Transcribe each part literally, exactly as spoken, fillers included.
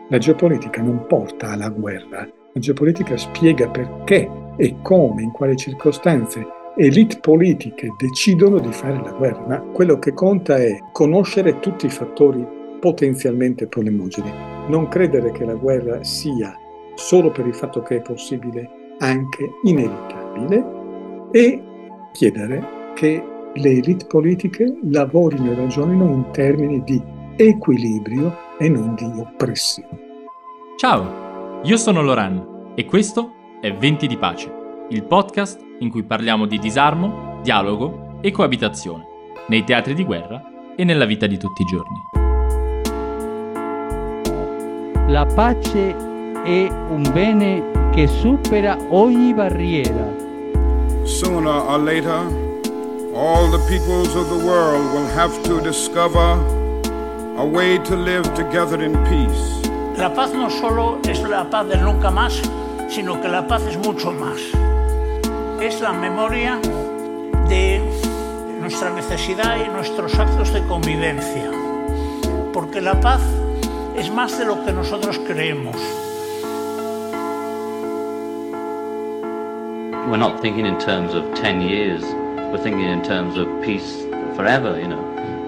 La geopolitica non porta alla guerra, la geopolitica spiega perché e come, in quali circostanze elite politiche decidono di fare la guerra, ma quello che conta è conoscere tutti i fattori potenzialmente problemogeni, non credere che la guerra sia solo per il fatto che è possibile anche inevitabile e chiedere che le elite politiche lavorino e ragionino in termini di equilibrio e non di oppressione. Ciao, io sono Loran e questo è Venti di Pace, il podcast in cui parliamo di disarmo, dialogo e coabitazione, nei teatri di guerra e nella vita di tutti i giorni. La pace è un bene che supera ogni barriera. Sooner or later, all the peoples of the world will have to discover a way to live together in peace. La paz no solo es la paz del nunca más, sino que la paz es mucho más. Es la memoria de nuestra necesidad y nuestros actos de convivencia. Porque la paz es más de lo que nosotros creemos. We're not thinking in terms of ten years, we're thinking in terms of peace forever, you know.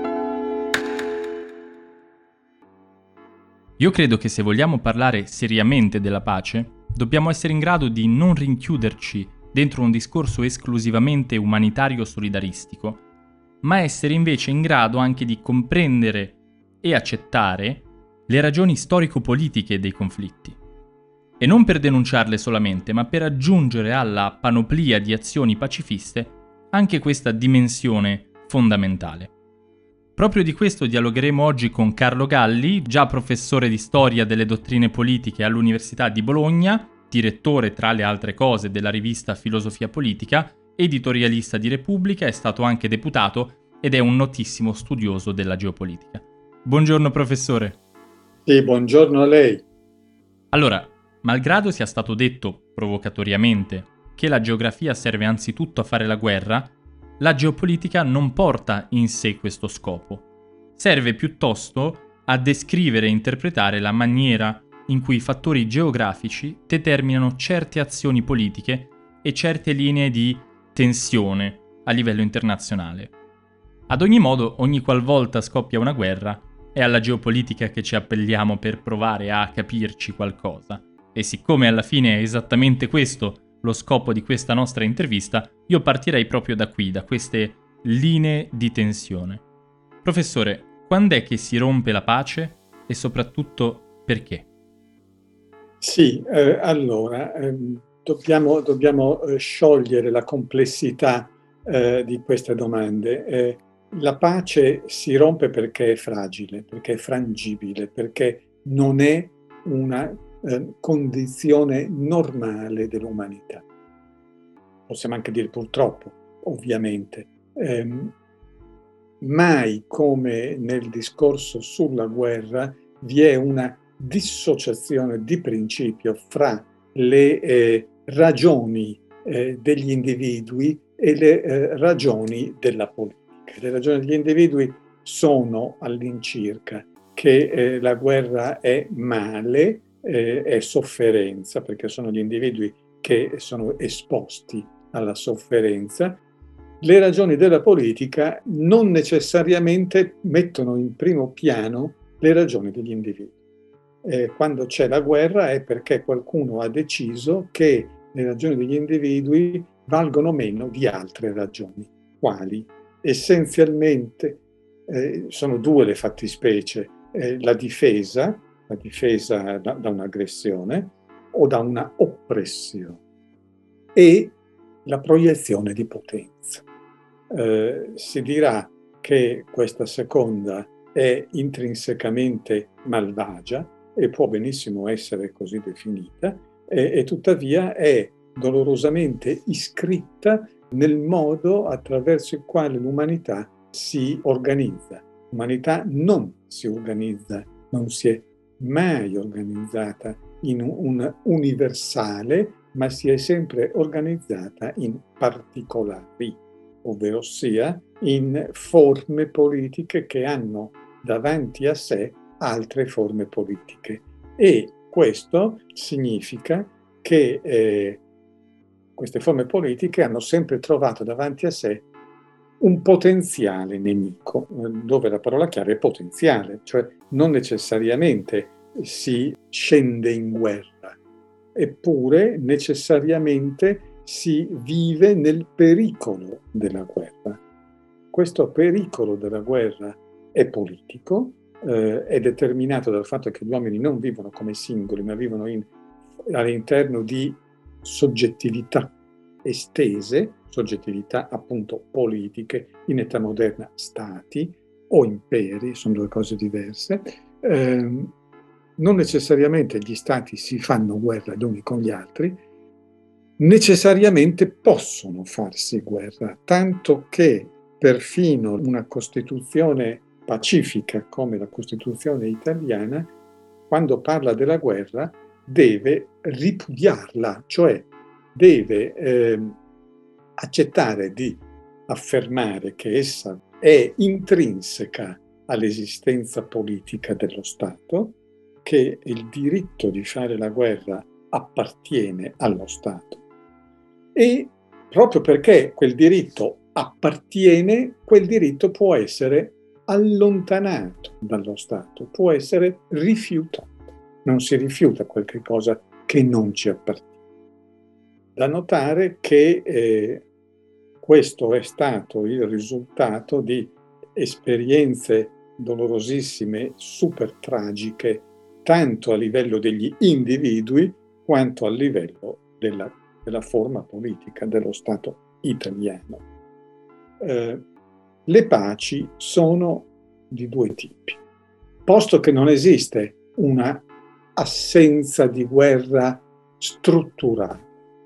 Io credo che se vogliamo parlare seriamente della pace, dobbiamo essere in grado di non rinchiuderci dentro un discorso esclusivamente umanitario solidaristico, ma essere invece in grado anche di comprendere e accettare le ragioni storico-politiche dei conflitti. E non per denunciarle solamente, ma per aggiungere alla panoplia di azioni pacifiste anche questa dimensione fondamentale. Proprio di questo dialogheremo oggi con Carlo Galli, già professore di storia delle dottrine politiche all'Università di Bologna, direttore tra le altre cose della rivista Filosofia Politica, editorialista di Repubblica, è stato anche deputato ed è un notissimo studioso della geopolitica. Buongiorno professore. Sì, buongiorno a lei. Allora, malgrado sia stato detto provocatoriamente che la geografia serve anzitutto a fare la guerra, la geopolitica non porta in sé questo scopo. Serve piuttosto a descrivere e interpretare la maniera in cui i fattori geografici determinano certe azioni politiche e certe linee di tensione a livello internazionale. Ad ogni modo, ogni qualvolta scoppia una guerra, è alla geopolitica che ci appelliamo per provare a capirci qualcosa. E siccome alla fine è esattamente questo lo scopo di questa nostra intervista, io partirei proprio da qui, da queste linee di tensione. Professore, quando è che si rompe la pace e soprattutto perché? Sì, eh, allora, eh, dobbiamo, dobbiamo eh, sciogliere la complessità eh, di queste domande. Eh, la pace si rompe perché è fragile, perché è frangibile, perché non è una Eh, condizione normale dell'umanità. Possiamo anche dire purtroppo, ovviamente. Eh, mai come nel discorso sulla guerra vi è una dissociazione di principio fra le eh, ragioni eh, degli individui e le eh, ragioni della politica. Le ragioni degli individui sono all'incirca che eh, la guerra è male, Eh, è sofferenza, perché sono gli individui che sono esposti alla sofferenza. Le ragioni della politica non necessariamente mettono in primo piano le ragioni degli individui. Eh, quando c'è la guerra è perché qualcuno ha deciso che le ragioni degli individui valgono meno di altre ragioni. Quali? Essenzialmente eh, sono due le fattispecie, eh, la difesa, la difesa da, da un'aggressione o da una oppressione e la proiezione di potenza. Eh, si dirà che questa seconda è intrinsecamente malvagia e può benissimo essere così definita e, e tuttavia è dolorosamente iscritta nel modo attraverso il quale l'umanità si organizza. L'umanità non si organizza, non si è mai organizzata in un universale, ma si è sempre organizzata in particolari, ovvero sia in forme politiche che hanno davanti a sé altre forme politiche. E questo significa che eh, queste forme politiche hanno sempre trovato davanti a sé un potenziale nemico, dove la parola chiave è potenziale, cioè non necessariamente si scende in guerra, eppure necessariamente si vive nel pericolo della guerra. Questo pericolo della guerra è politico, eh, è determinato dal fatto che gli uomini non vivono come singoli, ma vivono in, all'interno di soggettività estese, soggettività appunto politiche, in età moderna stati o imperi, sono due cose diverse. Eh, non necessariamente gli stati si fanno guerra gli uni con gli altri, necessariamente possono farsi guerra, tanto che perfino una Costituzione pacifica come la Costituzione italiana, quando parla della guerra, deve ripudiarla, cioè deve eh, accettare di affermare che essa è intrinseca all'esistenza politica dello Stato, che il diritto di fare la guerra appartiene allo Stato. E proprio perché quel diritto appartiene, quel diritto può essere allontanato dallo Stato, può essere rifiutato. Non si rifiuta qualche cosa che non ci appartiene. Da notare che eh, questo è stato il risultato di esperienze dolorosissime, super tragiche, tanto a livello degli individui quanto a livello della, della forma politica dello Stato italiano. Eh, le paci sono di due tipi. Posto che non esiste una assenza di guerra strutturale,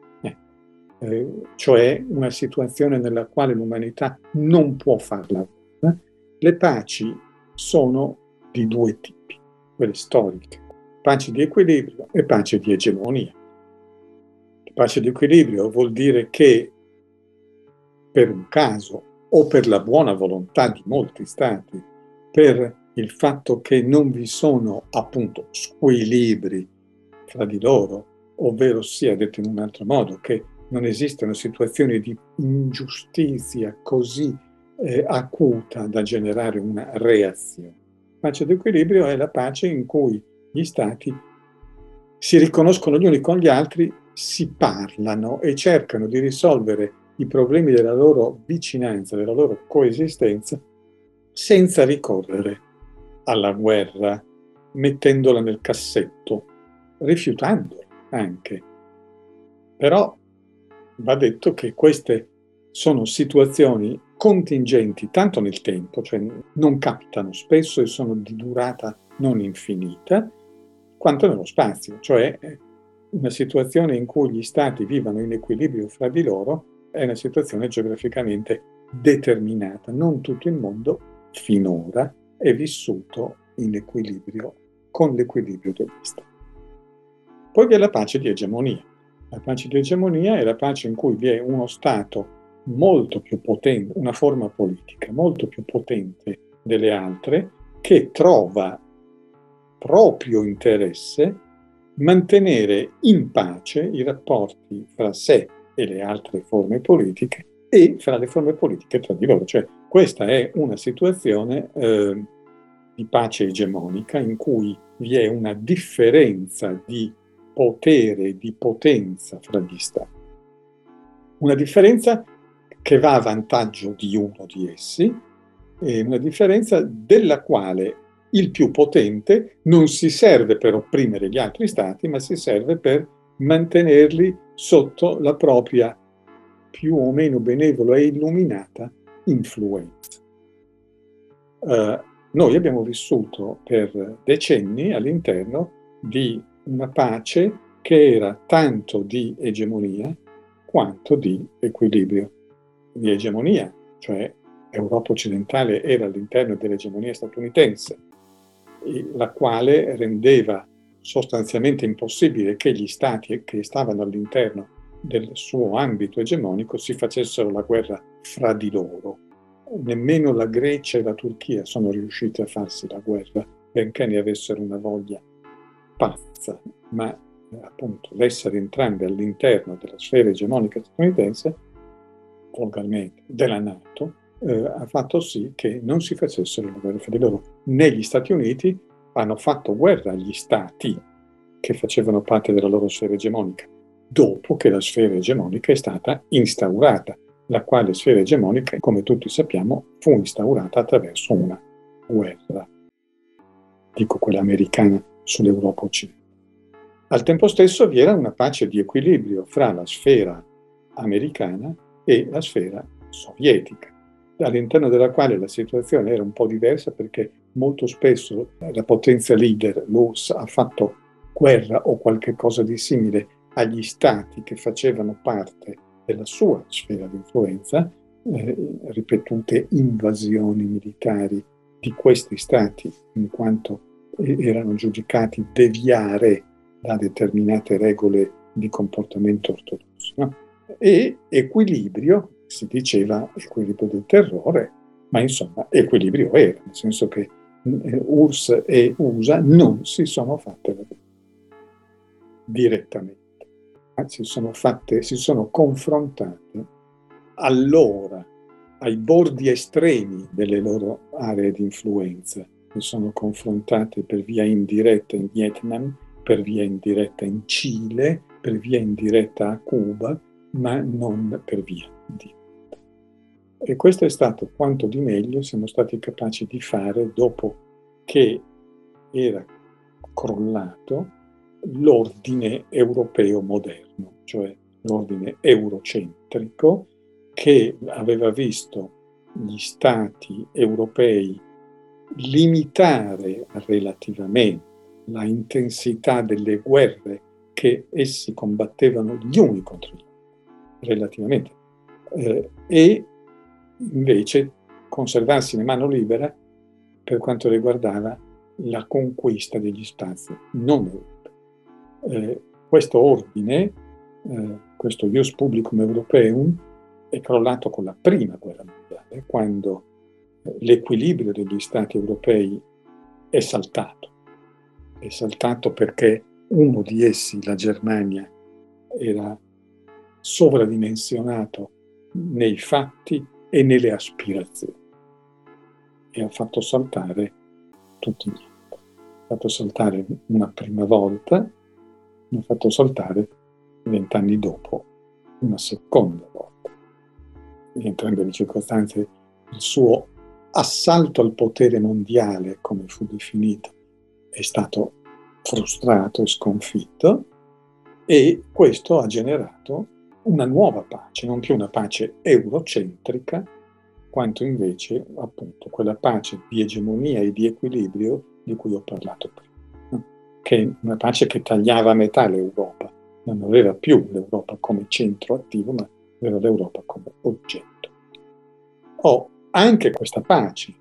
eh, cioè una situazione nella quale l'umanità non può farla, eh, le paci sono di due tipi, quelle storiche, pace di equilibrio e pace di egemonia. La pace di equilibrio vuol dire che per un caso o per la buona volontà di molti stati, per il fatto che non vi sono appunto squilibri fra di loro, ovvero sia, detto in un altro modo, che non esistono situazioni di ingiustizia così eh, acuta da generare una reazione. Pace di equilibrio è la pace in cui gli stati si riconoscono gli uni con gli altri, si parlano e cercano di risolvere i problemi della loro vicinanza, della loro coesistenza, senza ricorrere alla guerra, mettendola nel cassetto, rifiutandola anche. Però va detto che queste sono situazioni contingenti tanto nel tempo, cioè non capitano spesso e sono di durata non infinita, quanto nello spazio, cioè una situazione in cui gli stati vivano in equilibrio fra di loro è una situazione geograficamente determinata. Non tutto il mondo finora è vissuto in equilibrio con l'equilibrio degli stati. Poi vi è la pace di egemonia. La pace di egemonia è la pace in cui vi è uno Stato molto più potente, una forma politica molto più potente delle altre, che trova proprio interesse mantenere in pace i rapporti fra sé e le altre forme politiche e fra le forme politiche tra di loro. Cioè, questa è una situazione eh, di pace egemonica in cui vi è una differenza di potere, di potenza fra gli stati. Una differenza che va a vantaggio di uno di essi, e una differenza della quale il più potente non si serve per opprimere gli altri stati, ma si serve per mantenerli sotto la propria più o meno benevola e illuminata influenza. Uh, noi abbiamo vissuto per decenni all'interno di una pace che era tanto di egemonia quanto di equilibrio. Di egemonia, cioè Europa occidentale era all'interno dell'egemonia statunitense, la quale rendeva sostanzialmente impossibile che gli stati che stavano all'interno del suo ambito egemonico si facessero la guerra fra di loro. Nemmeno la Grecia e la Turchia sono riuscite a farsi la guerra, benché ne avessero una voglia pazza, ma eh, appunto l'essere entrambi all'interno della sfera egemonica statunitense, volgarmente della NATO, eh, ha fatto sì che non si facessero le guerre fra di loro. Negli Stati Uniti hanno fatto guerra agli stati che facevano parte della loro sfera egemonica, dopo che la sfera egemonica è stata instaurata, la quale sfera egemonica, come tutti sappiamo, fu instaurata attraverso una guerra, dico quella americana, sull'Europa occidentale. Al tempo stesso vi era una pace di equilibrio fra la sfera americana e la sfera sovietica, all'interno della quale la situazione era un po' diversa perché molto spesso la potenza leader, l'U R S S, ha fatto guerra o qualche cosa di simile agli stati che facevano parte della sua sfera di influenza, eh, ripetute invasioni militari di questi stati in quanto erano giudicati deviare da determinate regole di comportamento ortodosso, no? E equilibrio, si diceva equilibrio del terrore, ma insomma equilibrio era, nel senso che U R S S e U S A non si sono fatte vedere direttamente, ma si sono fatte, si sono confrontate allora ai bordi estremi delle loro aree di influenza. Si sono confrontate per via indiretta in Vietnam, per via indiretta in Cile, per via indiretta a Cuba, ma non per via diretta. E questo è stato quanto di meglio siamo stati capaci di fare dopo che era crollato l'ordine europeo moderno, cioè l'ordine eurocentrico che aveva visto gli stati europei limitare relativamente la intensità delle guerre che essi combattevano gli uni contro gli altri, relativamente, eh, e invece conservarsi in mano libera per quanto riguardava la conquista degli spazi non europei. Eh, questo ordine, eh, questo Ius Publicum Europeum, è crollato con la prima guerra mondiale, quando eh, l'equilibrio degli stati europei è saltato. È saltato perché uno di essi, la Germania, era sovradimensionato nei fatti e nelle aspirazioni e ha fatto saltare tutti gli altri. Ha fatto saltare una prima volta, ha fatto saltare vent'anni dopo una seconda volta. In entrambe le circostanze il suo assalto al potere mondiale, come fu definito, è stato frustrato e sconfitto, e questo ha generato una nuova pace, non più una pace eurocentrica, quanto invece appunto quella pace di egemonia e di equilibrio di cui ho parlato prima, no? Che è una pace che tagliava a metà l'Europa, non aveva più l'Europa come centro attivo, ma aveva l'Europa come oggetto. Oh, anche questa pace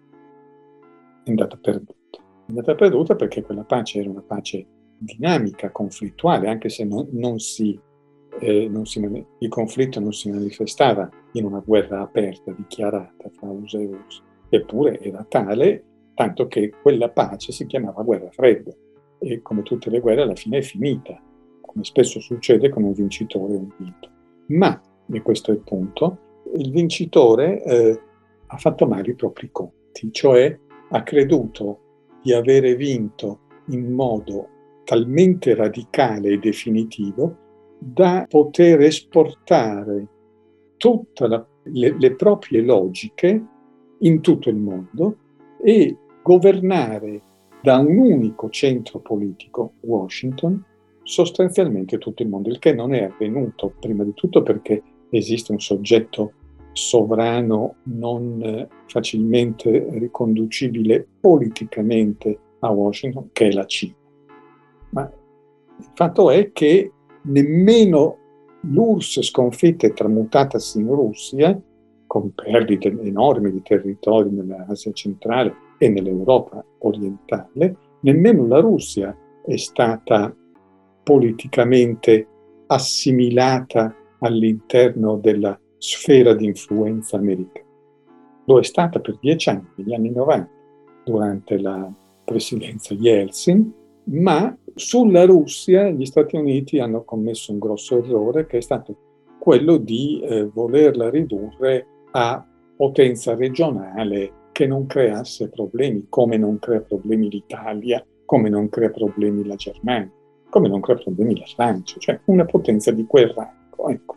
è andata perduta. È andata perduta perché quella pace era una pace dinamica, conflittuale, anche se non, non si, eh, non si, il conflitto non si manifestava in una guerra aperta, dichiarata fra U S A e U R S S, eppure era tale, tanto che quella pace si chiamava guerra fredda, e come tutte le guerre alla fine è finita, come spesso succede con un vincitore e un vinto. Ma, e questo è il punto, il vincitore eh, ha fatto male i propri conti, cioè ha creduto di avere vinto in modo talmente radicale e definitivo da poter esportare tutte le, le proprie logiche in tutto il mondo e governare da un unico centro politico, Washington, sostanzialmente tutto il mondo, il che non è avvenuto prima di tutto perché esiste un soggetto sovrano non facilmente riconducibile politicamente a Washington, che è la Cina. Ma il fatto è che nemmeno l'U R S S sconfitta e tramutatasi in Russia, con perdite enormi di territori nell'Asia centrale e nell'Europa orientale, nemmeno la Russia è stata politicamente assimilata all'interno della sfera di influenza americana. Lo è stata per dieci anni, negli anni novanta, durante la presidenza Yeltsin, ma Sulla Russia gli Stati Uniti hanno commesso un grosso errore, che è stato quello di eh, volerla ridurre a potenza regionale che non creasse problemi, come non crea problemi l'Italia, come non crea problemi la Germania, come non crea problemi la Francia, cioè una potenza di quel rango, ecco.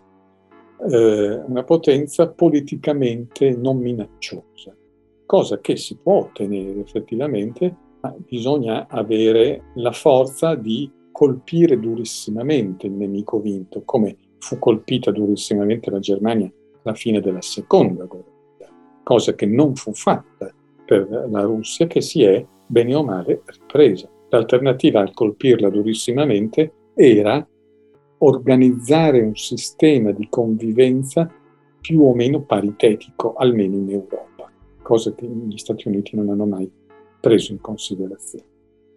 Eh, una potenza politicamente non minacciosa, cosa che si può ottenere effettivamente, ma bisogna avere la forza di colpire durissimamente il nemico vinto, come fu colpita durissimamente la Germania alla fine della seconda guerra mondiale, cosa che non fu fatta per la Russia, che si è bene o male ripresa. L'alternativa al colpirla durissimamente era organizzare un sistema di convivenza più o meno paritetico, almeno in Europa, cosa che gli Stati Uniti non hanno mai preso in considerazione.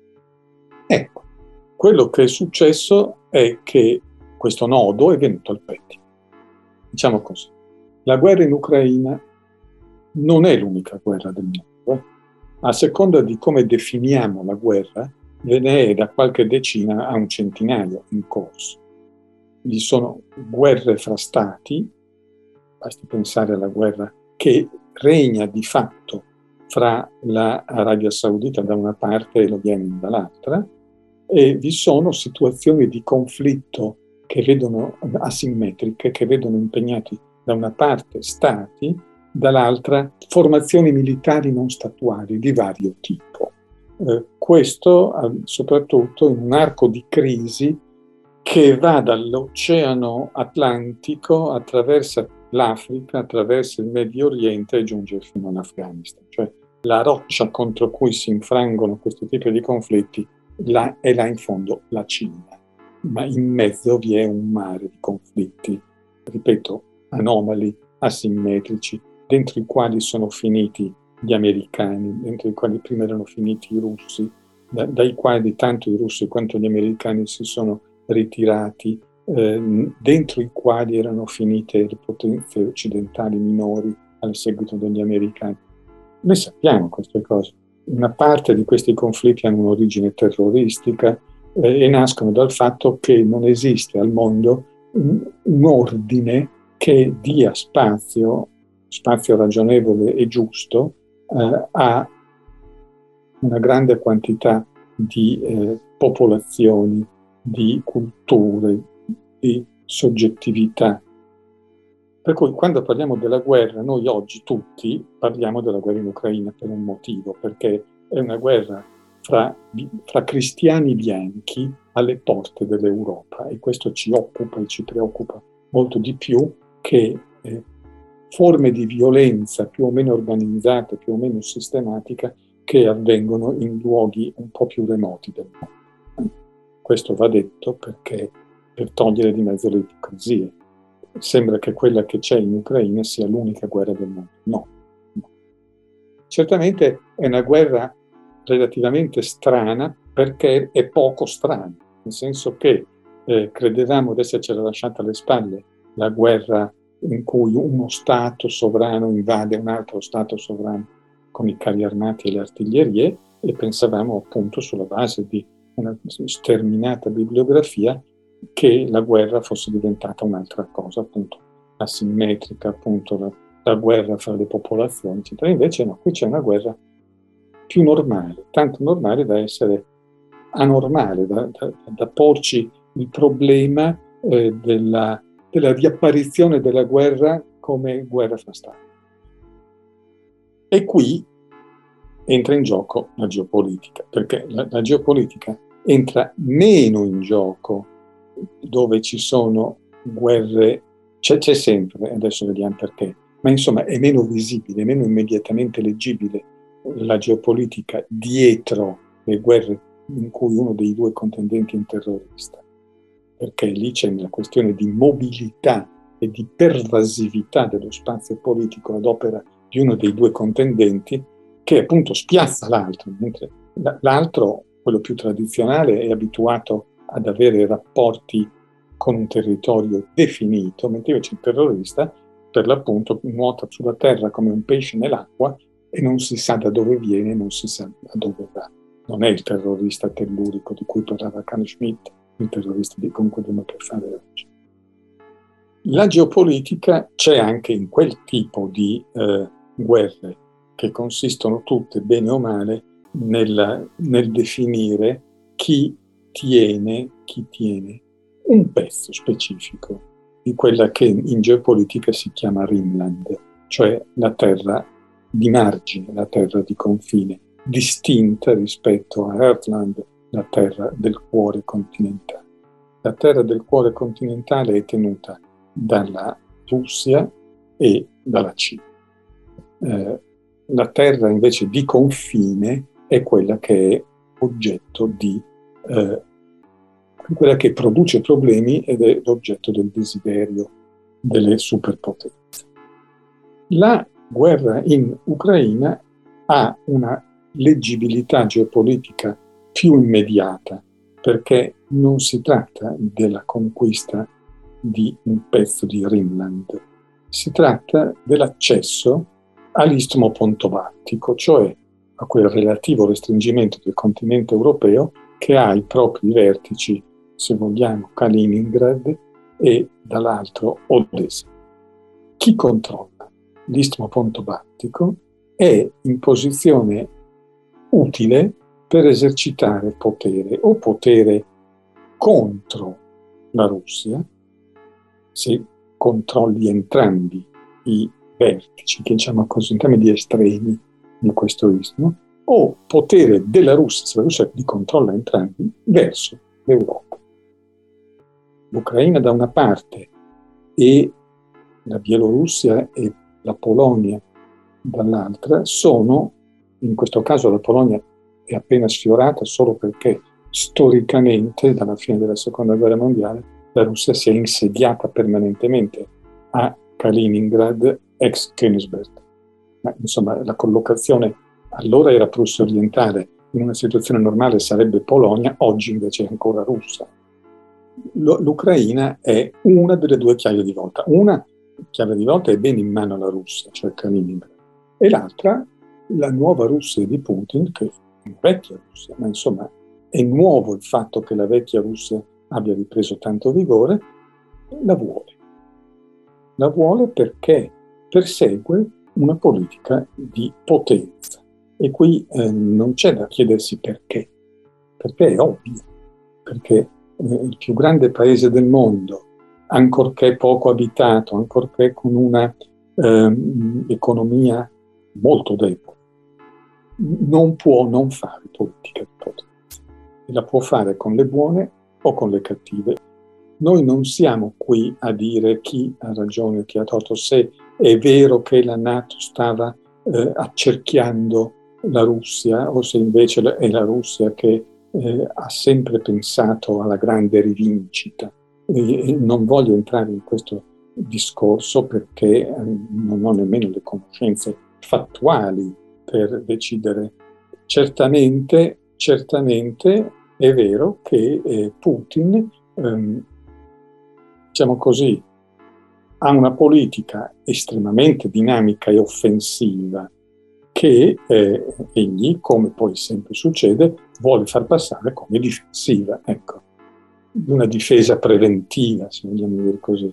Ecco, quello che è successo è che questo nodo è venuto al pettine. Diciamo così, la guerra in Ucraina non è l'unica guerra del mondo. A seconda di come definiamo la guerra, ve ne è da qualche decina a un centinaio in corso. Vi sono guerre fra stati, basti pensare alla guerra che regna di fatto fra l'Arabia Saudita da una parte e lo Yemen dall'altra, e vi sono situazioni di conflitto che vedono asimmetriche, che vedono impegnati da una parte stati, dall'altra formazioni militari non statuali di vario tipo. Eh, questo eh, soprattutto in un arco di crisi che va dall'Oceano Atlantico, attraversa l'Africa, attraversa il Medio Oriente e giunge fino all'Afghanistan. Cioè la roccia contro cui si infrangono questo tipo di conflitti là, è là in fondo la Cina, ma in mezzo vi è un mare di conflitti, ripeto, anomali, asimmetrici, dentro i quali sono finiti gli americani, dentro i quali prima erano finiti i russi, da, dai quali tanto i russi quanto gli americani si sono ritirati, eh, dentro i quali erano finite le potenze occidentali minori al seguito degli americani. Noi sappiamo queste cose. Una parte di questi conflitti hanno un'origine terroristica eh, e nascono dal fatto che non esiste al mondo un, un ordine che dia spazio, spazio ragionevole e giusto eh, a una grande quantità di eh, popolazioni, di culture, di soggettività. Per cui quando parliamo della guerra, noi oggi tutti parliamo della guerra in Ucraina per un motivo, perché è una guerra fra, fra cristiani bianchi alle porte dell'Europa, e questo ci occupa e ci preoccupa molto di più che eh, forme di violenza più o meno organizzate, più o meno sistematica, che avvengono in luoghi un po' più remoti del mondo. Questo va detto perché per togliere di mezzo le ipocrisie. Sembra che quella che c'è in Ucraina sia l'unica guerra del mondo. No. no. Certamente è una guerra relativamente strana, perché è poco strana, nel senso che eh, credevamo di essercela lasciata alle spalle la guerra in cui uno Stato sovrano invade un altro Stato sovrano con i carri armati e le artiglierie, e pensavamo appunto sulla base di una sterminata bibliografia che la guerra fosse diventata un'altra cosa, appunto asimmetrica, appunto la, la guerra fra le popolazioni, eccetera. Invece no, qui c'è una guerra più normale, tanto normale da essere anormale, da, da, da porci il problema eh, della, della riapparizione della guerra come guerra fra stati. E qui entra in gioco la geopolitica, perché la, la geopolitica entra meno in gioco dove ci sono guerre, c'è, c'è sempre, adesso vediamo perché, ma insomma è meno visibile, meno immediatamente leggibile la geopolitica dietro le guerre in cui uno dei due contendenti è un terrorista, perché lì c'è una questione di mobilità e di pervasività dello spazio politico ad opera di uno dei due contendenti, che appunto spiazza l'altro, mentre l'altro, quello più tradizionale, è abituato ad avere rapporti con un territorio definito, mentre invece il terrorista, per l'appunto, nuota sulla terra come un pesce nell'acqua e non si sa da dove viene, non si sa da dove va. non è il terrorista tellurico di cui parlava Carl Schmitt, il terrorista di cui abbiamo a che fare oggi. La geopolitica c'è anche in quel tipo di eh, guerre che consistono tutte, bene o male, nel, nel definire chi tiene, chi tiene un pezzo specifico di quella che in geopolitica si chiama Rimland, cioè la terra di margine, la terra di confine, distinta rispetto a Heartland, la terra del cuore continentale. La terra del cuore continentale è tenuta dalla Russia e dalla Cina. Eh, la terra invece di confine è quella che è oggetto di, eh, quella che produce problemi ed è l'oggetto del desiderio delle superpotenze. La guerra in Ucraina ha una leggibilità geopolitica più immediata, perché non si tratta della conquista di un pezzo di Rimland, si tratta dell'accesso all'Istmo Pontobaltico, cioè a quel relativo restringimento del continente europeo che ha i propri vertici, se vogliamo, Kaliningrad e dall'altro Odessa. Chi controlla l'Istmo Pontobaltico è in posizione utile per esercitare potere, o potere contro la Russia, se controlli entrambi i vertici, che diciamo così, entrambi gli estremi di questo istmo, o potere della Russia, se la Russia li controlla entrambi, verso l'Europa. L'Ucraina da una parte e la Bielorussia e la Polonia dall'altra sono, in questo caso la Polonia è appena sfiorata solo perché storicamente, dalla fine della Seconda Guerra Mondiale, la Russia si è insediata permanentemente a Kaliningrad, ex Königsberg. Ma, insomma, la collocazione allora era Prussia orientale, in una situazione normale sarebbe Polonia, oggi invece è ancora russa. L'Ucraina è una delle due chiavi di volta. Una chiave di volta è ben in mano alla Russia, cioè Kaliningrad, e l'altra, la nuova Russia di Putin, che è una vecchia Russia, ma insomma è nuovo il fatto che la vecchia Russia abbia ripreso tanto vigore, la vuole. La vuole perché persegue una politica di potenza. E qui eh, non c'è da chiedersi perché, perché è ovvio, perché eh, il più grande paese del mondo, ancorché poco abitato, ancorché con una eh, economia molto debole, non può non fare politica di potenza. E la può fare con le buone o con le cattive. Noi non siamo qui a dire chi ha ragione o chi ha torto, se è vero che la NATO stava eh, accerchiando la Russia o se invece è la Russia che eh, ha sempre pensato alla grande rivincita. E, e non voglio entrare in questo discorso perché eh, non ho nemmeno le conoscenze fattuali per decidere. Certamente, certamente è vero che eh, Putin, ehm, diciamo così, ha una politica estremamente dinamica e offensiva che eh, egli, come poi sempre succede, vuole far passare come difensiva, ecco, una difesa preventiva, se vogliamo dire così.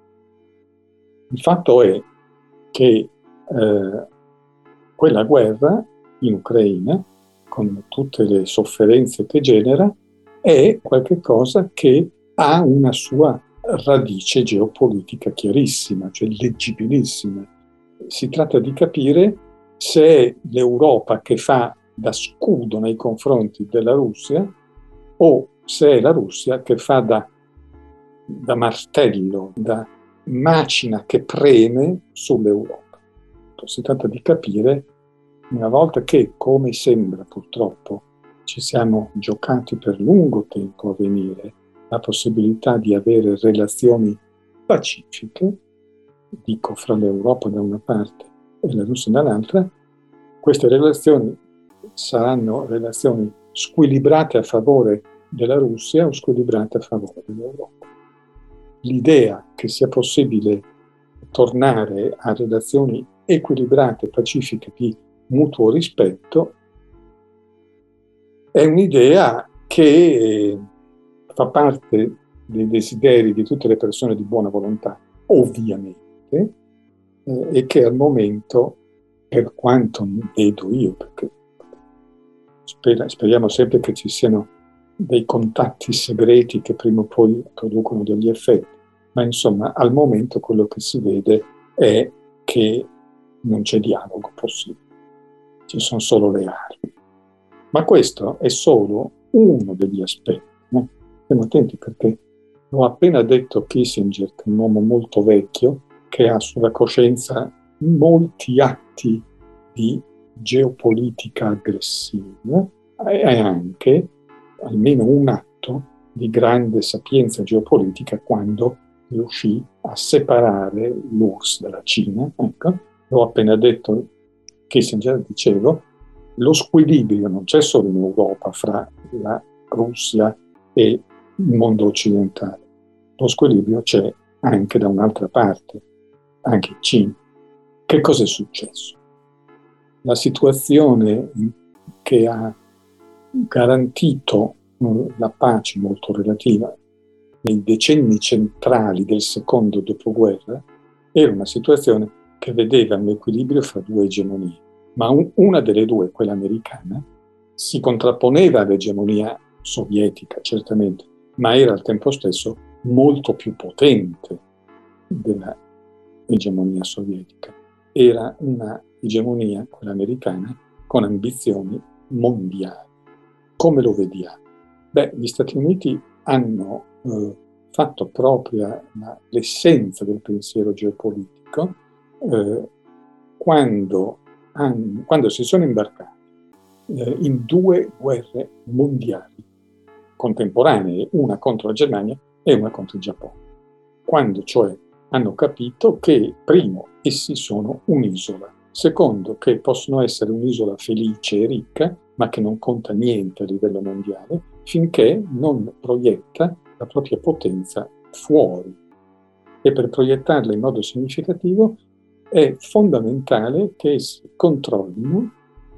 Il fatto è che eh, quella guerra in Ucraina, con tutte le sofferenze che genera, è qualcosa che ha una sua radice geopolitica chiarissima, cioè leggibilissima. Si tratta di capire se è l'Europa che fa da scudo nei confronti della Russia o se è la Russia che fa da, da martello, da macina che preme sull'Europa. Si tratta di capire, una volta che, come sembra purtroppo, ci siamo giocati per lungo tempo a venire la possibilità di avere relazioni pacifiche, dico fra l'Europa da una parte e la Russia dall'altra, queste relazioni saranno relazioni squilibrate a favore della Russia o squilibrate a favore dell'Europa. L'idea che sia possibile tornare a relazioni equilibrate, pacifiche, di mutuo rispetto è un'idea che fa parte dei desideri di tutte le persone di buona volontà, ovviamente, eh, e che al momento, per quanto vedo io, perché spera, speriamo sempre che ci siano dei contatti segreti che prima o poi producono degli effetti, ma insomma al momento quello che si vede è che non c'è dialogo possibile, ci sono solo le armi. Ma questo è solo uno degli aspetti. Eh? Stiamo attenti, perché l'ho appena detto Kissinger, che è un uomo molto vecchio, che ha sulla coscienza molti atti di geopolitica aggressiva e anche almeno un atto di grande sapienza geopolitica quando riuscì a separare l'U R S S dalla Cina. Ecco, l'ho appena detto, Kissinger, dicevo, lo squilibrio non c'è solo in Europa fra la Russia e il mondo occidentale, lo squilibrio c'è anche da un'altra parte, anche in Cina. Che cosa è successo? La situazione che ha garantito la pace molto relativa nei decenni centrali del secondo dopoguerra era una situazione che vedeva un equilibrio fra due egemonie, ma un, una delle due, quella americana, si contrapponeva all'egemonia sovietica, certamente, ma era al tempo stesso molto più potente dell'egemonia sovietica. Era una egemonia, quella americana, con ambizioni mondiali. Come lo vediamo? Beh, gli Stati Uniti hanno eh, fatto propria la, l'essenza del pensiero geopolitico eh, quando, hanno, quando si sono imbarcati eh, in due guerre mondiali contemporanee, una contro la Germania e una contro il Giappone. Quando cioè hanno capito che, primo, essi sono un'isola, secondo, che possono essere un'isola felice e ricca, ma che non conta niente a livello mondiale, finché non proietta la propria potenza fuori. E per proiettarla in modo significativo è fondamentale che essi controllino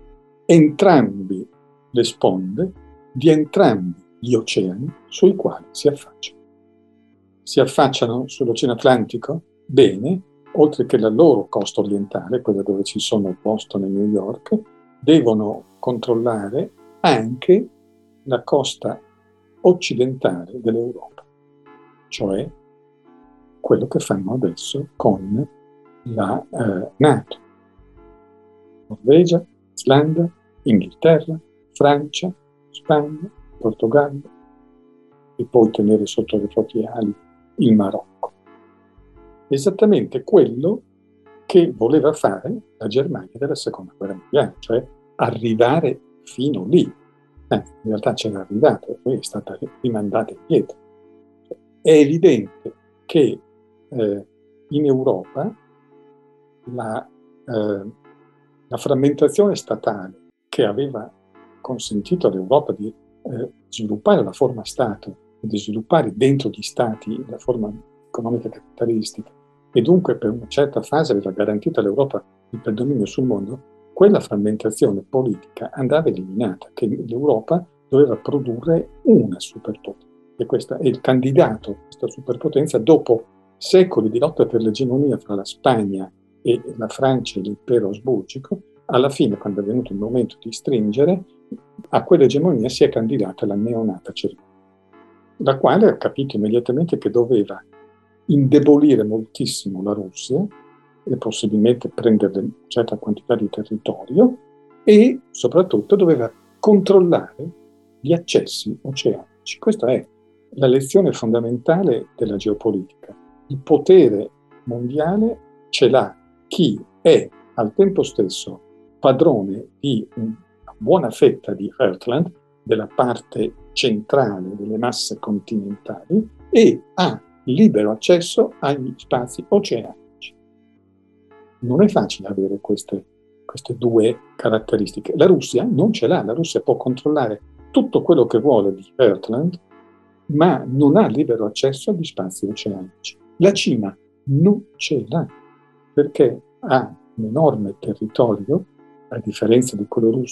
entrambi le sponde di entrambi gli oceani sui quali si affacciano. Si affacciano sull'Oceano Atlantico? Bene, oltre che la loro costa orientale, quella dove ci sono Boston e New York, devono controllare anche la costa occidentale dell'Europa, cioè quello che fanno adesso con la eh, NATO. Norvegia, Islanda, Inghilterra, Francia, Spagna, Portogallo, e poi tenere sotto le proprie ali il Marocco. Esattamente quello che voleva fare la Germania della Seconda Guerra Mondiale, cioè arrivare fino lì. Eh, in realtà c'era arrivata, poi è stata rimandata indietro. È evidente che eh, in Europa la, eh, la frammentazione statale che aveva consentito all'Europa di eh, sviluppare la forma Stato, di sviluppare dentro gli Stati la forma economica capitalistica, e dunque per una certa fase aveva garantito all'Europa il predominio sul mondo, quella frammentazione politica andava eliminata, che l'Europa doveva produrre una superpotenza. E questo è il candidato a questa superpotenza dopo secoli di lotta per l'egemonia fra la Spagna e la Francia e l'impero asburgico. Alla fine, quando è venuto il momento di stringere, a quell'egemonia si è candidata la neonata Germania, la quale ha capito immediatamente che doveva indebolire moltissimo la Russia e possibilmente prendere una certa quantità di territorio, e soprattutto doveva controllare gli accessi oceanici. Questa è la lezione fondamentale della geopolitica. Il potere mondiale ce l'ha chi è al tempo stesso padrone di una buona fetta di Heartland, della parte centrale delle masse continentali, e ha libero accesso agli spazi oceanici. Non è facile avere queste, queste due caratteristiche. La Russia non ce l'ha, la Russia può controllare tutto quello che vuole di Heartland, ma non ha libero accesso agli spazi oceanici. La Cina non ce l'ha, perché ha un enorme territorio, a differenza di quello russo,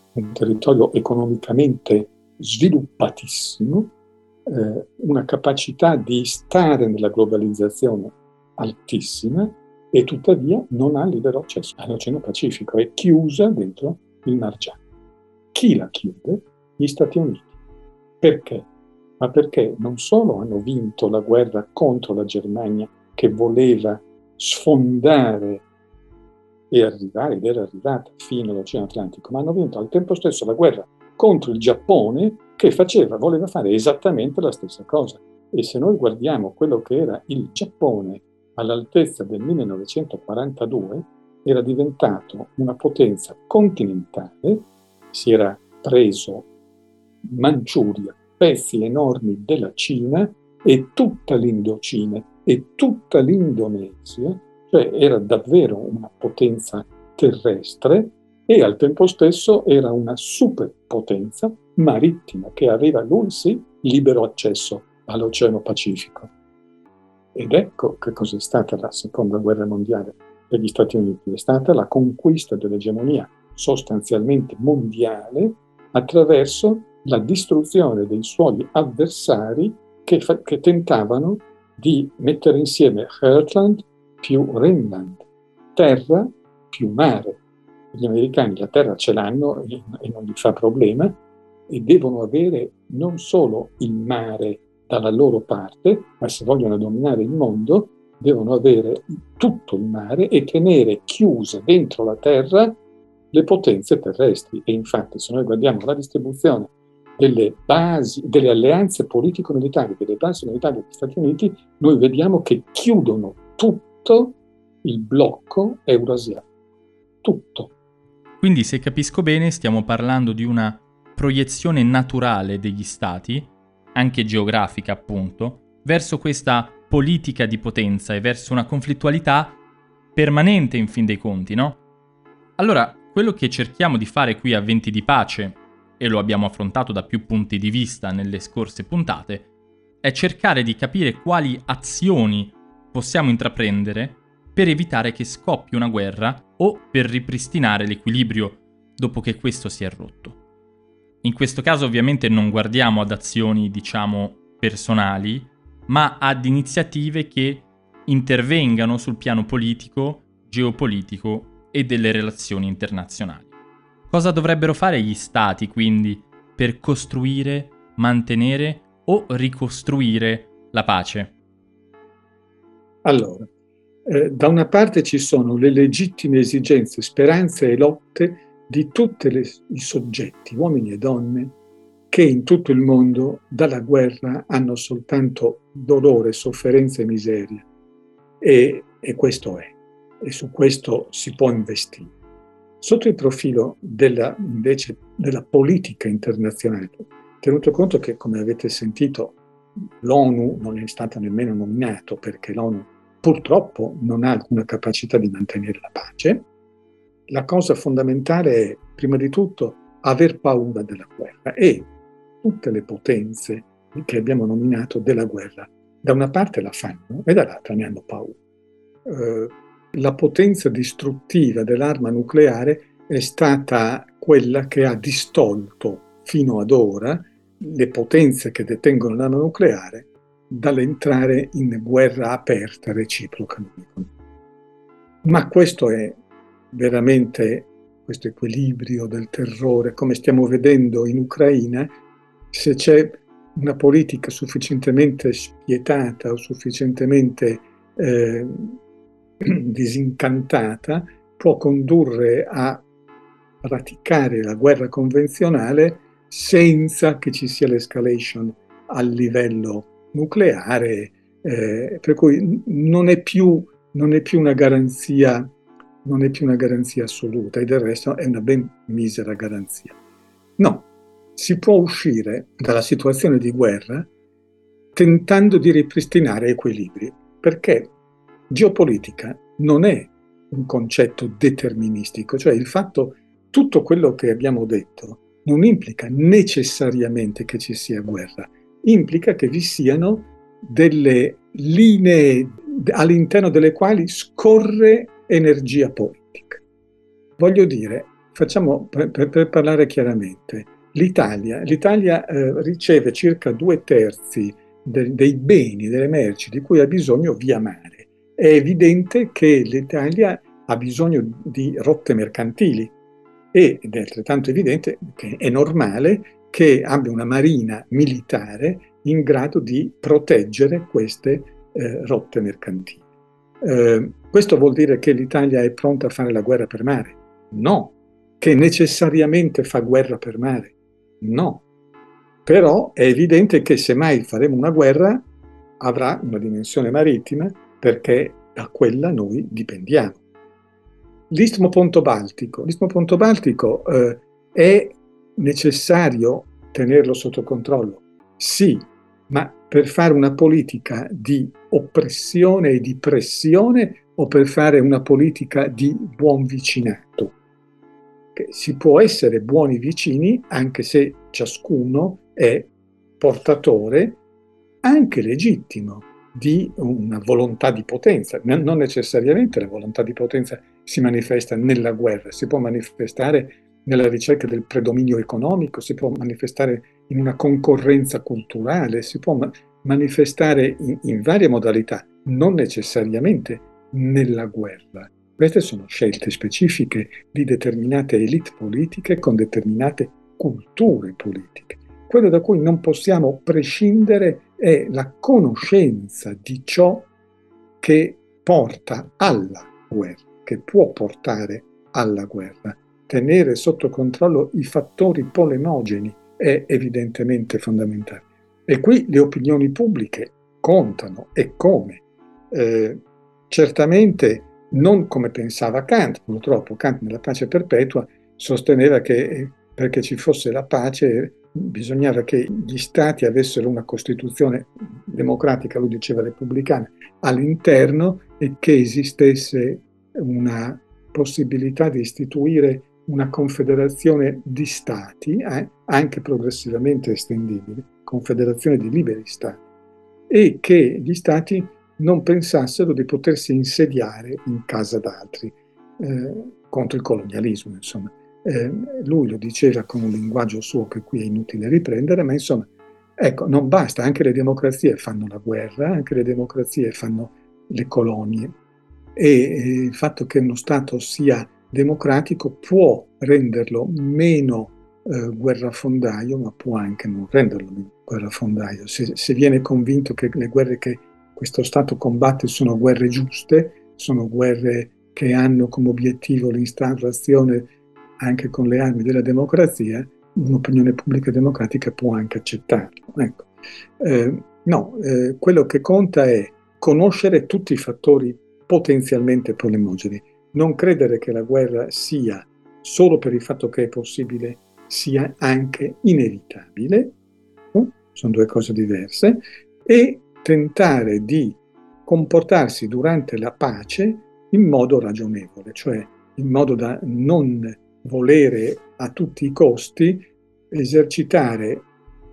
un territorio economicamente sviluppatissimo, eh, una capacità di stare nella globalizzazione altissima e tuttavia non ha libero accesso all'Oceano Pacifico, è chiusa dentro il Mar Giallo. Chi la chiude? Gli Stati Uniti. Perché? Ma perché non solo hanno vinto la guerra contro la Germania che voleva sfondare e arrivare, ed era arrivata fino all'Oceano Atlantico, ma hanno vinto al tempo stesso la guerra contro il Giappone che faceva, voleva fare esattamente la stessa cosa. E se noi guardiamo quello che era il Giappone all'altezza del millenovecentoquarantadue, era diventato una potenza continentale, si era preso Manciuria, pezzi enormi della Cina e tutta l'Indocina e tutta l'Indonesia, cioè era davvero una potenza terrestre e al tempo stesso era una superpotenza marittima che aveva lui sì libero accesso all'Oceano Pacifico. Ed ecco che cos'è stata la seconda guerra mondiale degli Stati Uniti. È stata la conquista dell'egemonia sostanzialmente mondiale attraverso la distruzione dei suoi avversari che, fa- che tentavano di mettere insieme Heartland più Rhineland, terra più mare. Gli americani la terra ce l'hanno e, e non gli fa problema e devono avere non solo il mare dalla loro parte, ma se vogliono dominare il mondo devono avere tutto il mare e tenere chiuse dentro la terra le potenze terrestri. E infatti se noi guardiamo la distribuzione delle basi, delle alleanze politico-militari, delle basi militari degli Stati Uniti, noi vediamo che chiudono tutto il blocco eurasiatico. Tutto. Quindi, se capisco bene, stiamo parlando di una proiezione naturale degli stati, anche geografica appunto, verso questa politica di potenza e verso una conflittualità permanente in fin dei conti, no? Allora, quello che cerchiamo di fare qui a Venti di Pace, e lo abbiamo affrontato da più punti di vista nelle scorse puntate, è cercare di capire quali azioni possiamo intraprendere per evitare che scoppi una guerra o per ripristinare l'equilibrio dopo che questo si è rotto. In questo caso ovviamente non guardiamo ad azioni, diciamo, personali, ma ad iniziative che intervengano sul piano politico, geopolitico e delle relazioni internazionali. Cosa dovrebbero fare gli stati, quindi, per costruire, mantenere o ricostruire la pace? Allora, eh, da una parte ci sono le legittime esigenze, speranze e lotte di tutti i soggetti, uomini e donne, che in tutto il mondo dalla guerra hanno soltanto dolore, sofferenza e miseria. E, e questo è. E su questo si può investire. Sotto il profilo della, invece, della politica internazionale, tenuto conto che, come avete sentito, l'ONU non è stata nemmeno nominato perché l'ONU purtroppo non ha alcuna capacità di mantenere la pace, la cosa fondamentale è, prima di tutto, aver paura della guerra. E tutte le potenze che abbiamo nominato della guerra, da una parte la fanno e dall'altra ne hanno paura. Eh, la potenza distruttiva dell'arma nucleare è stata quella che ha distolto fino ad ora le potenze che detengono l'arma nucleare dall'entrare in guerra aperta reciproca. Ma questo è veramente questo equilibrio del terrore, come stiamo vedendo in Ucraina. Se c'è una politica sufficientemente spietata o sufficientemente eh, disincantata, può condurre a praticare la guerra convenzionale senza che ci sia l'escalation a livello nucleare, eh, per cui non è più, non è più una garanzia, non è più una garanzia assoluta, e del resto è una ben misera garanzia. No, si può uscire dalla situazione di guerra tentando di ripristinare equilibri, perché geopolitica non è un concetto deterministico, cioè il fatto, tutto quello che abbiamo detto non implica necessariamente che ci sia guerra, implica che vi siano delle linee all'interno delle quali scorre energia politica. Voglio dire, facciamo per, per, per parlare chiaramente. L'Italia, l'Italia eh, riceve circa due terzi de, dei beni, delle merci di cui ha bisogno via mare. È evidente che l'Italia ha bisogno di rotte mercantili ed è altrettanto evidente che è normale che abbia una marina militare in grado di proteggere queste eh, rotte mercantili. Eh, questo vuol dire che l'Italia è pronta a fare la guerra per mare? No. Che necessariamente fa guerra per mare? No. Però è evidente che se mai faremo una guerra avrà una dimensione marittima, perché da quella noi dipendiamo. L'Istmo Ponto Baltico. L'Istmo Ponto Baltico eh, è necessario tenerlo sotto controllo? Sì, ma per fare una politica di oppressione e di pressione o per fare una politica di buon vicinato? Che si può essere buoni vicini anche se ciascuno è portatore, anche legittimo, di una volontà di potenza. Non necessariamente la volontà di potenza si manifesta nella guerra, si può manifestare nella ricerca del predominio economico, si può manifestare in una concorrenza culturale, si può ma- manifestare in, in varie modalità, non necessariamente nella guerra. Queste sono scelte specifiche di determinate elite politiche con determinate culture politiche. Quello da cui non possiamo prescindere è la conoscenza di ciò che porta alla guerra, che può portare alla guerra. Tenere sotto controllo i fattori polemogeni è evidentemente fondamentale. E qui le opinioni pubbliche contano, e come? Eh, certamente non come pensava Kant, purtroppo Kant nella Pace Perpetua sosteneva che perché ci fosse la pace bisognava che gli stati avessero una costituzione democratica, lui diceva repubblicana, all'interno e che esistesse una possibilità di istituire una confederazione di stati, eh, anche progressivamente estendibile, confederazione di liberi stati, e che gli stati non pensassero di potersi insediare in casa d'altri, eh, contro il colonialismo, insomma. Eh, lui lo diceva con un linguaggio suo che qui è inutile riprendere, ma insomma, ecco, non basta, anche le democrazie fanno la guerra, anche le democrazie fanno le colonie, e eh, il fatto che uno Stato sia democratico può renderlo meno eh, guerrafondaio, ma può anche non renderlo meno guerrafondaio. Se, se viene convinto che le guerre che questo Stato combatte sono guerre giuste, sono guerre che hanno come obiettivo l'instaurazione anche con le armi della democrazia, un'opinione pubblica democratica può anche accettarlo. Ecco. Eh, no, eh, quello che conta è conoscere tutti i fattori potenzialmente polemogeni, non credere che la guerra sia, solo per il fatto che è possibile, sia anche inevitabile, no? Sono due cose diverse, e tentare di comportarsi durante la pace in modo ragionevole, cioè in modo da non volere a tutti i costi esercitare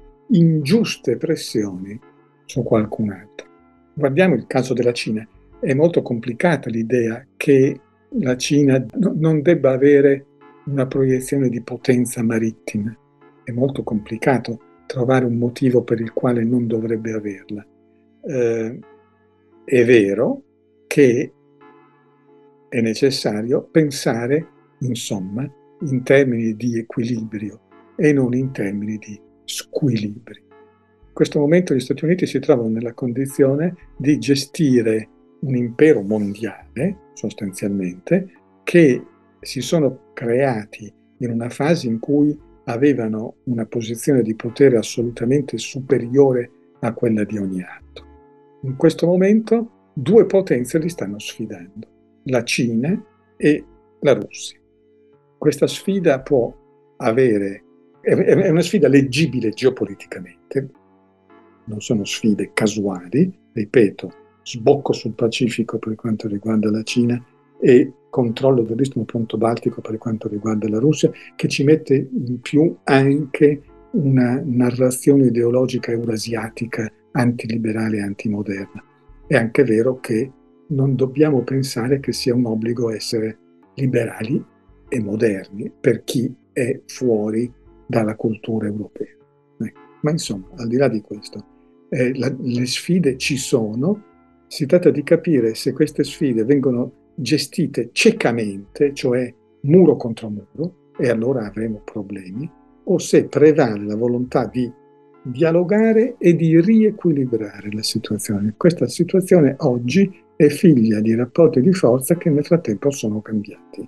ingiuste pressioni su qualcun altro. Guardiamo il caso della Cina. È molto complicata l'idea che la Cina no, non debba avere una proiezione di potenza marittima. È molto complicato trovare un motivo per il quale non dovrebbe averla. Eh, è vero che è necessario pensare, insomma, in termini di equilibrio e non in termini di squilibrio. In questo momento gli Stati Uniti si trovano nella condizione di gestire un impero mondiale, sostanzialmente, che si sono creati in una fase in cui avevano una posizione di potere assolutamente superiore a quella di ogni altro. In questo momento due potenze li stanno sfidando, la Cina e la Russia. Questa sfida può avere, è una sfida leggibile geopoliticamente, non sono sfide casuali, ripeto, sbocco sul Pacifico per quanto riguarda la Cina e controllo dell'Istmo Ponto Baltico per quanto riguarda la Russia, che ci mette in più anche una narrazione ideologica eurasiatica antiliberale e antimoderna. È anche vero che non dobbiamo pensare che sia un obbligo essere liberali e moderni per chi è fuori dalla cultura europea. Eh, ma insomma, al di là di questo, eh, la, le sfide ci sono, si tratta di capire se queste sfide vengono gestite ciecamente, cioè muro contro muro, e allora avremo problemi, o se prevale la volontà di dialogare e di riequilibrare la situazione. Questa situazione oggi è figlia di rapporti di forza che nel frattempo sono cambiati.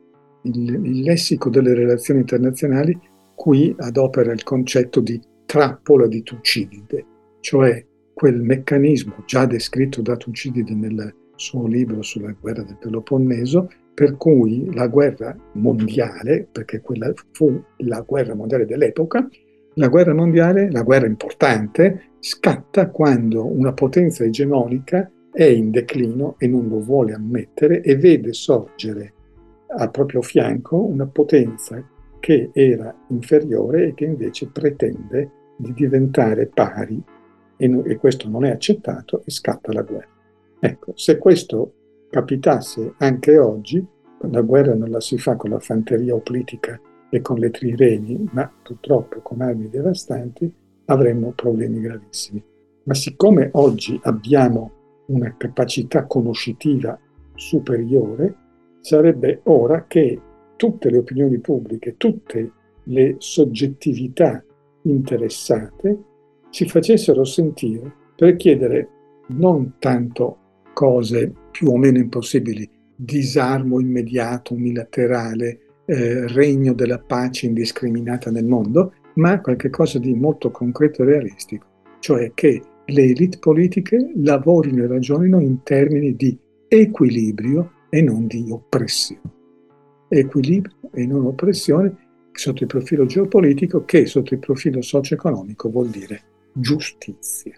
Il, il lessico delle relazioni internazionali qui adopera il concetto di trappola di Tucidide, cioè quel meccanismo già descritto da Tucidide nel suo libro sulla guerra del Peloponneso, per cui la guerra mondiale, perché quella fu la guerra mondiale dell'epoca, la guerra mondiale, la guerra importante, scatta quando una potenza egemonica è in declino e non lo vuole ammettere e vede sorgere al proprio fianco una potenza che era inferiore e che invece pretende di diventare pari e, no, e questo non è accettato e scatta la guerra. Ecco, se questo capitasse anche oggi, la guerra non la si fa con la fanteria oplitica e con le triremi, ma purtroppo con armi devastanti, avremmo problemi gravissimi. Ma siccome oggi abbiamo una capacità conoscitiva superiore, sarebbe ora che tutte le opinioni pubbliche, tutte le soggettività interessate si facessero sentire per chiedere non tanto cose più o meno impossibili, disarmo immediato, unilaterale, eh, regno della pace indiscriminata nel mondo, ma qualcosa di molto concreto e realistico, cioè che le elite politiche lavorino e ragionino in termini di equilibrio e non di oppressione. Equilibrio e non oppressione sotto il profilo geopolitico, che sotto il profilo socio-economico vuol dire giustizia.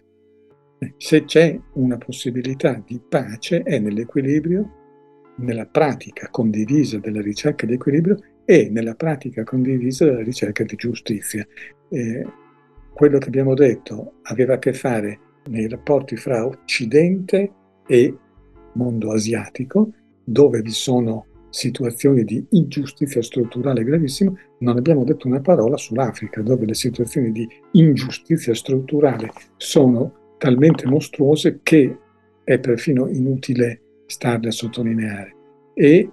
Se c'è una possibilità di pace è nell'equilibrio, nella pratica condivisa della ricerca di equilibrio e nella pratica condivisa della ricerca di giustizia. Eh, quello che abbiamo detto aveva a che fare nei rapporti fra Occidente e mondo asiatico, dove vi sono situazioni di ingiustizia strutturale gravissima. Non abbiamo detto una parola sull'Africa, dove le situazioni di ingiustizia strutturale sono talmente mostruose che è perfino inutile starle a sottolineare. E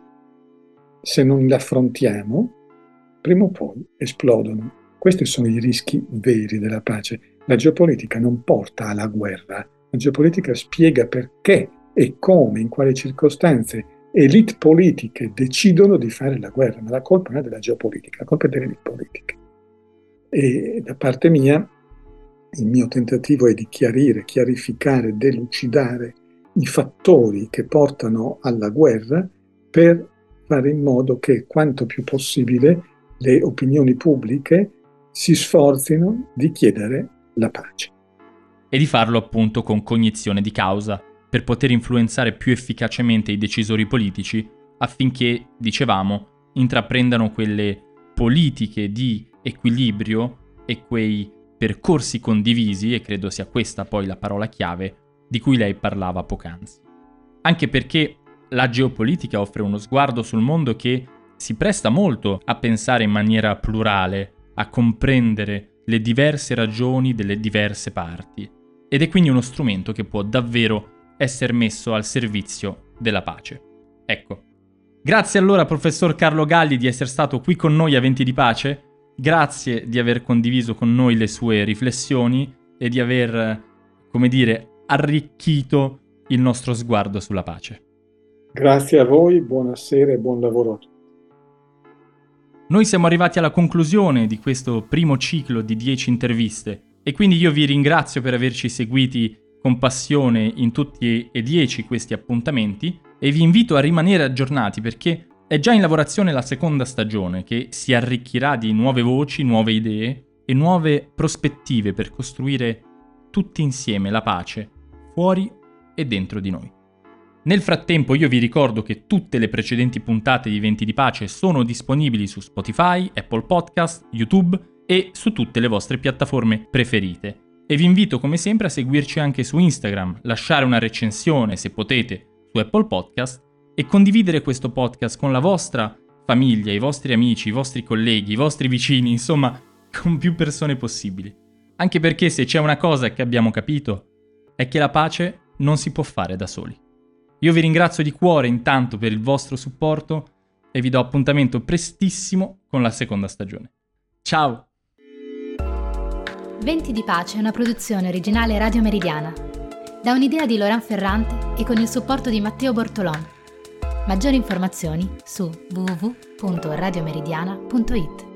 se non le affrontiamo, prima o poi esplodono. Questi sono i rischi veri della pace. La geopolitica non porta alla guerra, la geopolitica spiega perché e come, in quali circostanze elite politiche decidono di fare la guerra, ma la colpa non è della geopolitica, la colpa è delle elite politiche. E da parte mia, il mio tentativo è di chiarire, chiarificare, delucidare i fattori che portano alla guerra per fare in modo che quanto più possibile le opinioni pubbliche si sforzino di chiedere la pace. E di farlo appunto con cognizione di causa, per poter influenzare più efficacemente i decisori politici affinché, dicevamo, intraprendano quelle politiche di equilibrio e quei percorsi condivisi, e credo sia questa poi la parola chiave, di cui lei parlava poc'anzi. Anche perché la geopolitica offre uno sguardo sul mondo che si presta molto a pensare in maniera plurale, a comprendere le diverse ragioni delle diverse parti, ed è quindi uno strumento che può davvero essere messo al servizio della pace. Ecco. Grazie allora, professor Carlo Galli, di essere stato qui con noi a Venti di Pace. Grazie di aver condiviso con noi le sue riflessioni e di aver, come dire, arricchito il nostro sguardo sulla pace. Grazie a voi, buonasera e buon lavoro a tutti. Noi siamo arrivati alla conclusione di questo primo ciclo di dieci interviste e quindi io vi ringrazio per averci seguiti con passione in tutti e dieci questi appuntamenti e vi invito a rimanere aggiornati perché è già in lavorazione la seconda stagione che si arricchirà di nuove voci, nuove idee e nuove prospettive per costruire tutti insieme la pace, fuori e dentro di noi. Nel frattempo io vi ricordo che tutte le precedenti puntate di Venti di Pace sono disponibili su Spotify, Apple Podcast, YouTube e su tutte le vostre piattaforme preferite. E vi invito come sempre a seguirci anche su Instagram, lasciare una recensione se potete su Apple Podcast e condividere questo podcast con la vostra famiglia, i vostri amici, i vostri colleghi, i vostri vicini, insomma, con più persone possibili. Anche perché se c'è una cosa che abbiamo capito è che la pace non si può fare da soli. Io vi ringrazio di cuore intanto per il vostro supporto e vi do appuntamento prestissimo con la seconda stagione. Ciao! Venti di Pace è una produzione originale Radio Meridiana, da un'idea di Laurent Ferrante e con il supporto di Matteo Bortolon. Maggiori informazioni su w w w punto radiomeridiana punto it.